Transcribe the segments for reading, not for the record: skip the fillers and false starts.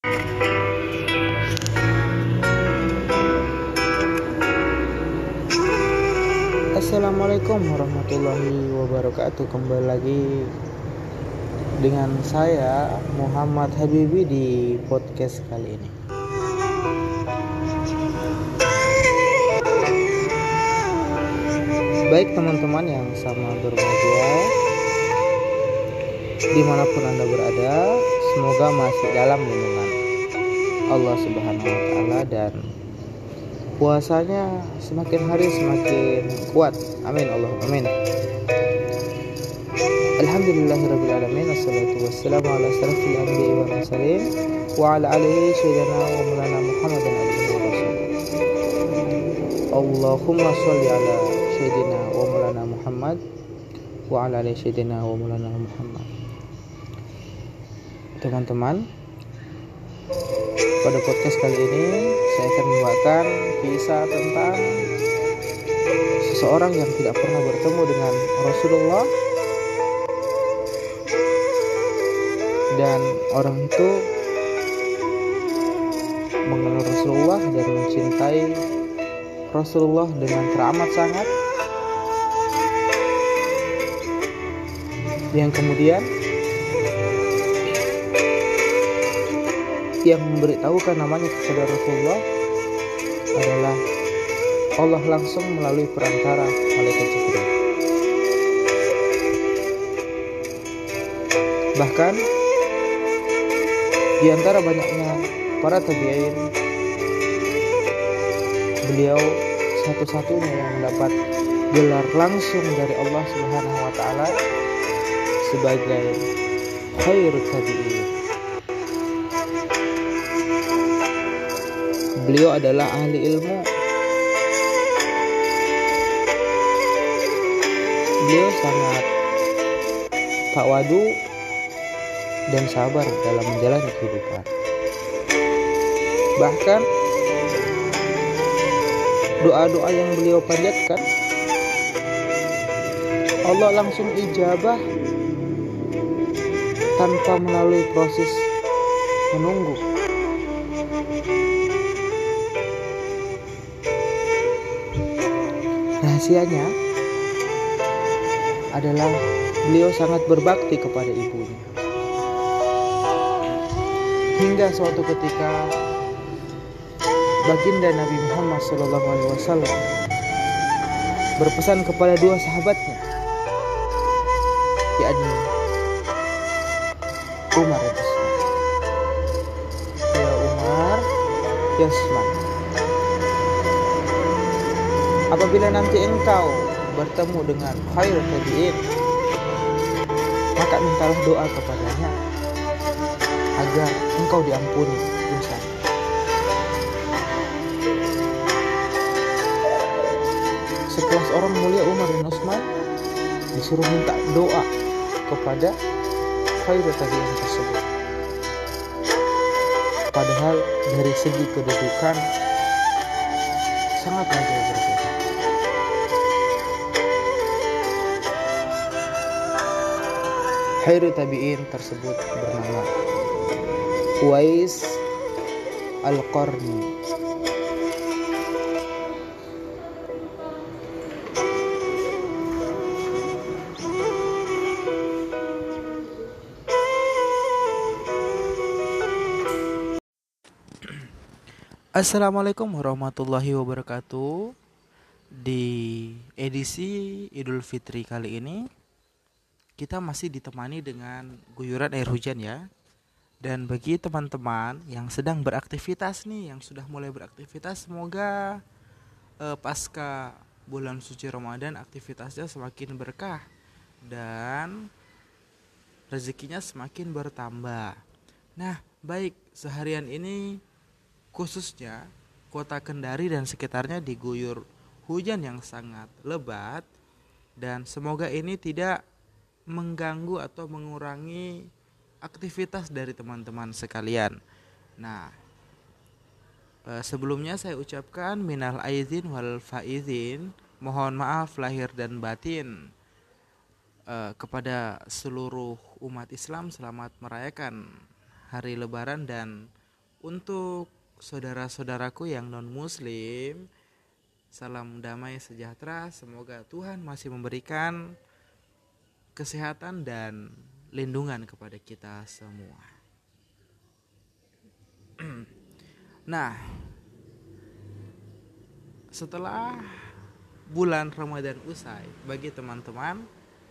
Assalamualaikum warahmatullahi wabarakatuh. Kembali lagi dengan saya Muhammad Habibi di podcast kali ini. Baik teman-teman yang sama berbahagia dimanapun Anda berada, semoga masih dalam lindungan Allah Subhanahu wa Ta'ala dan puasanya semakin hari semakin kuat. Amin Allah amin. Alhamdulillahirabbil alamin. Wassalatu wassalamu ala asyrafil anbiya'i wal mursalin wa ala alihi sayyidina wa maulana Muhammadin abduhu wa rasuluh. Allahumma shalli ala sayyidina wa maulana Muhammad wa ala alihi sayyidina wa maulana Muhammad. Teman-teman, pada podcast kali ini saya akan membawakan kisah tentang seseorang yang tidak pernah bertemu dengan Rasulullah, dan orang itu mengenal Rasulullah dan mencintai Rasulullah dengan teramat sangat, yang kemudian yang memberitahukan namanya kepada Rasulullah adalah Allah langsung melalui perantara malaikat Jibril. Bahkan di antara banyaknya para tabi'in, beliau satu-satunya yang mendapat gelar langsung dari Allah Subhanahu wa Ta'ala sebagai khairut tabi'in. Beliau adalah ahli ilmu. Beliau sangat tawadu dan sabar dalam menjalani kehidupan. Bahkan doa-doa yang beliau panjatkan Allah langsung ijabah tanpa melalui proses menunggu. Rahasianya adalah beliau sangat berbakti kepada ibunya. Hingga suatu ketika baginda Nabi Muhammad SAW berpesan kepada dua sahabatnya, yakni Umar dan Utsman. Ya Umar, ya Utsman, apabila nanti engkau bertemu dengan khairul tabi'in, maka mintalah doa kepadanya agar engkau diampuni dosa. Setelah seorang mulia Umar bin Utsman disuruh minta doa kepada khairul tabi'in tersebut, padahal dari segi kedudukan sangat jauh berbeda. Khairul tabi'in tersebut bernama Uwais Al-Qarni. Assalamualaikum warahmatullahi wabarakatuh. Di edisi Idul Fitri kali ini kita masih ditemani dengan guyuran air hujan ya. Dan bagi teman-teman yang sedang beraktivitas nih, yang sudah mulai beraktivitas, semoga pasca bulan suci Ramadan aktivitasnya semakin berkah dan rezekinya semakin bertambah. Nah, baik, seharian ini khususnya kota Kendari dan sekitarnya diguyur hujan yang sangat lebat, dan semoga ini tidak mengganggu atau mengurangi aktivitas dari teman-teman sekalian. Nah, sebelumnya saya ucapkan minal aizin wal faizin, mohon maaf lahir dan batin kepada seluruh umat Islam. Selamat merayakan hari Lebaran dan Untuk saudara-saudaraku yang non-muslim, salam damai sejahtera. Semoga Tuhan masih memberikan kesehatan dan lindungan kepada kita semua. Nah, setelah bulan Ramadan usai, bagi teman-teman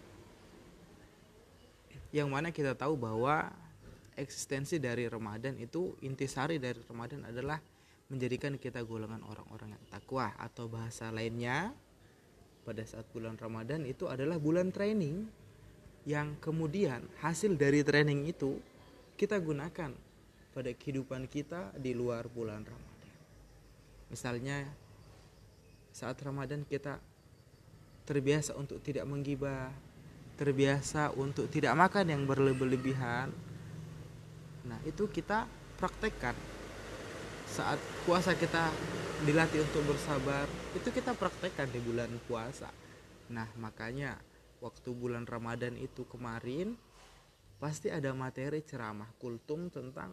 yang mana kita tahu bahwa eksistensi dari Ramadan itu, intisari dari Ramadan adalah menjadikan kita golongan orang-orang yang takwa, atau bahasa lainnya pada saat bulan Ramadan itu adalah bulan training, yang kemudian hasil dari training itu kita gunakan pada kehidupan kita di luar bulan Ramadan. Misalnya saat Ramadan kita terbiasa untuk tidak menggibah, terbiasa untuk tidak makan yang berlebihan. Nah, itu kita praktekkan. Saat puasa kita dilatih untuk bersabar, itu kita praktekkan di bulan puasa. Nah, makanya waktu bulan Ramadan itu kemarin pasti ada materi ceramah kultum tentang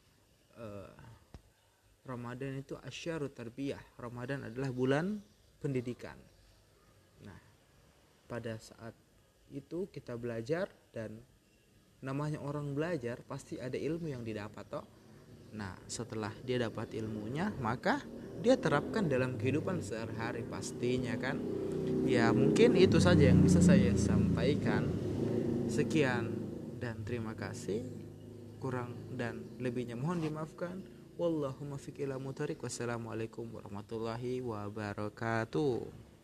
Ramadan itu asyarut tarbiyah. Ramadan adalah bulan pendidikan. Nah, pada saat itu kita belajar, dan namanya orang belajar pasti ada ilmu yang didapat toh. Nah, setelah dia dapat ilmunya, maka dia terapkan dalam kehidupan sehari-hari pastinya kan. Ya, mungkin itu saja yang bisa saya sampaikan. Sekian dan terima kasih. Kurang dan lebihnya mohon dimaafkan. Wallahu muwaffiq ila muthariq. Wassalamualaikum warahmatullahi wabarakatuh.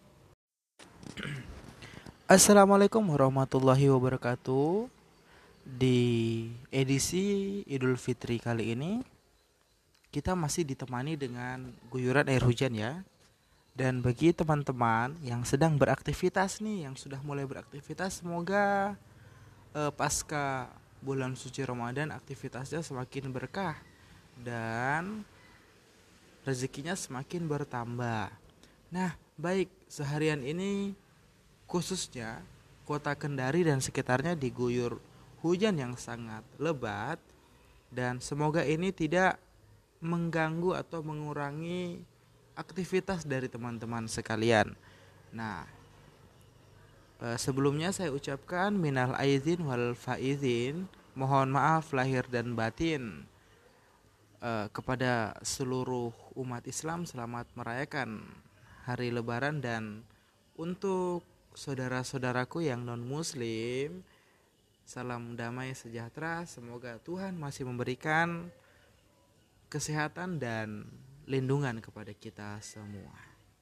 Assalamualaikum warahmatullahi wabarakatuh. Di edisi Idul Fitri kali ini kita masih ditemani dengan guyuran air hujan ya. Dan bagi teman-teman yang sedang beraktivitas nih, yang sudah mulai beraktivitas, semoga pasca bulan suci Ramadan aktivitasnya semakin berkah dan rezekinya semakin bertambah. Nah, baik, seharian ini khususnya kota Kendari dan sekitarnya diguyur hujan yang sangat lebat, dan semoga ini tidak mengganggu atau mengurangi aktivitas dari teman-teman sekalian. Nah, sebelumnya saya ucapkan minal aizin wal faizin, mohon maaf lahir dan batin kepada seluruh umat Islam. Selamat merayakan hari Lebaran. Dan untuk saudara-saudaraku yang non-muslim, salam damai sejahtera. Semoga Tuhan masih memberikan kesehatan dan lindungan kepada kita semua.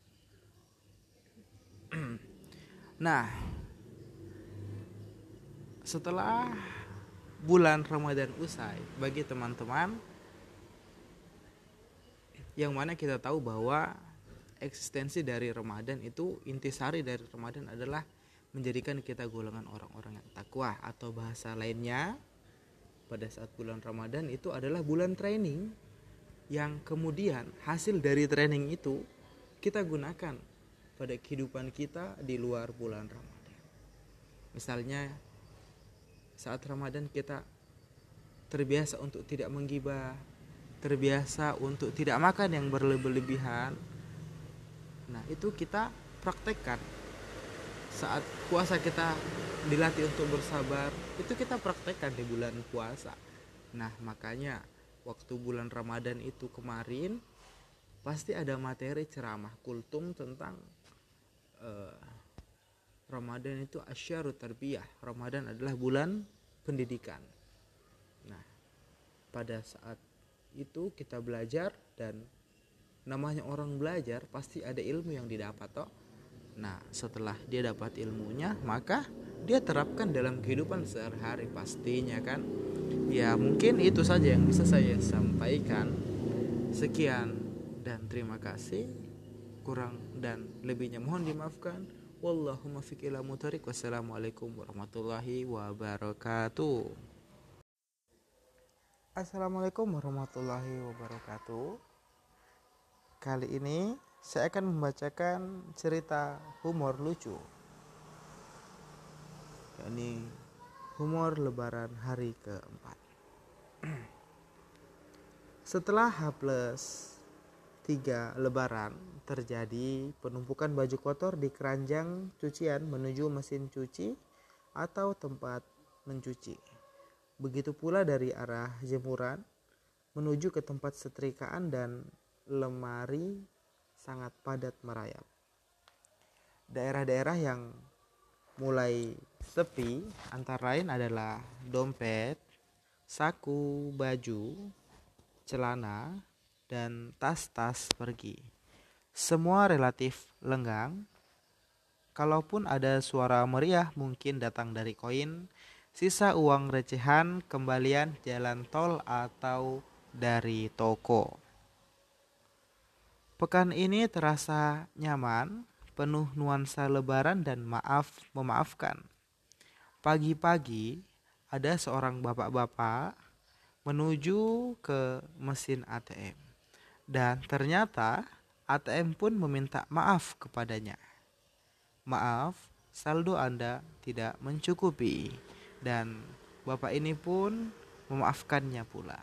Nah, setelah bulan Ramadan usai, bagi teman-teman yang mana kita tahu bahwa eksistensi dari Ramadan itu, intisari dari Ramadan adalah menjadikan kita golongan orang-orang yang takwa, atau bahasa lainnya pada saat bulan Ramadan itu adalah bulan training, yang kemudian hasil dari training itu kita gunakan pada kehidupan kita di luar bulan Ramadan. Misalnya saat Ramadan kita terbiasa untuk tidak menggibah, terbiasa untuk tidak makan yang berlebihan. Nah, itu kita praktekkan. Saat puasa kita dilatih untuk bersabar, itu kita praktekkan di bulan puasa. Nah, makanya waktu bulan Ramadan itu kemarin pasti ada materi ceramah kultum tentang Ramadan itu asyarut tarbiyah. Ramadan adalah bulan pendidikan. Nah, pada saat itu kita belajar, dan namanya orang belajar pasti ada ilmu yang didapat toh. Nah, setelah dia dapat ilmunya, maka dia terapkan dalam kehidupan sehari-hari pastinya kan. Ya, mungkin itu saja yang bisa saya sampaikan. Sekian dan terima kasih. Kurang dan lebihnya mohon dimaafkan. Wallahu muwaffiq ila muthariq. Wassalamualaikum warahmatullahi wabarakatuh. Assalamualaikum warahmatullahi wabarakatuh. Kali ini saya akan membacakan cerita humor lucu, yakni humor Lebaran hari keempat. Setelah H+3 Lebaran, terjadi penumpukan baju kotor di keranjang cucian menuju mesin cuci atau tempat mencuci. Begitu pula dari arah jemuran menuju ke tempat setrikaan dan lemari sangat padat merayap. Daerah-daerah yang mulai sepi antara lain adalah dompet, saku, baju, celana, dan tas-tas pergi. Semua relatif lenggang. Kalaupun ada suara meriah mungkin datang dari koin, sisa uang recehan, kembalian jalan tol atau dari toko. Pekan ini terasa nyaman, penuh nuansa lebaran dan memaafkan. Pagi-pagi ada seorang bapak-bapak menuju ke mesin ATM. Dan ternyata ATM pun meminta maaf kepadanya. Maaf, saldo Anda tidak mencukupi. Dan bapak ini pun memaafkannya pula.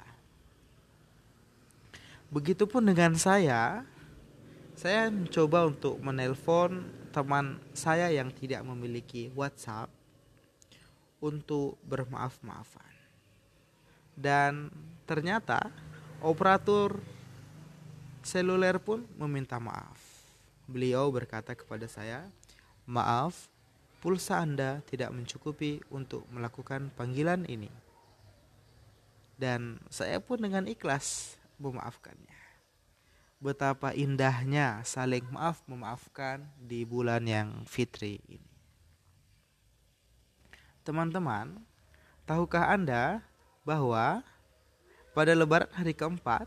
Begitupun dengan saya mencoba untuk menelpon teman saya yang tidak memiliki WhatsApp untuk bermaaf-maafan. Dan ternyata operator seluler pun meminta maaf. Beliau berkata kepada saya, "Maaf, pulsa Anda tidak mencukupi untuk melakukan panggilan ini." Dan saya pun dengan ikhlas memaafkannya. Betapa indahnya saling maaf memaafkan di bulan yang fitri ini. Teman-teman, tahukah Anda bahwa pada lebaran hari keempat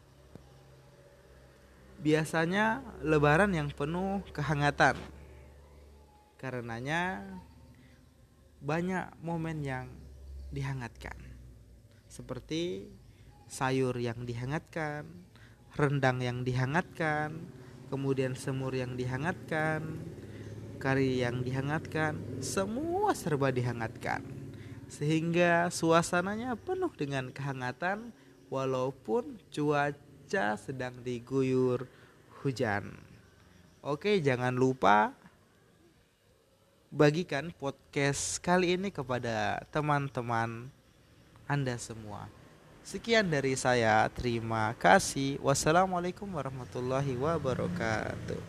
biasanya lebaran yang penuh kehangatan? Karenanya banyak momen yang dihangatkan, seperti sayur yang dihangatkan, rendang yang dihangatkan, kemudian semur yang dihangatkan, kari yang dihangatkan, semua serba dihangatkan. Sehingga suasananya penuh dengan kehangatan walaupun cuaca sedang diguyur hujan. Oke, jangan lupa bagikan podcast kali ini kepada teman-teman Anda semua. Sekian dari saya, terima kasih. Wassalamualaikum warahmatullahi wabarakatuh.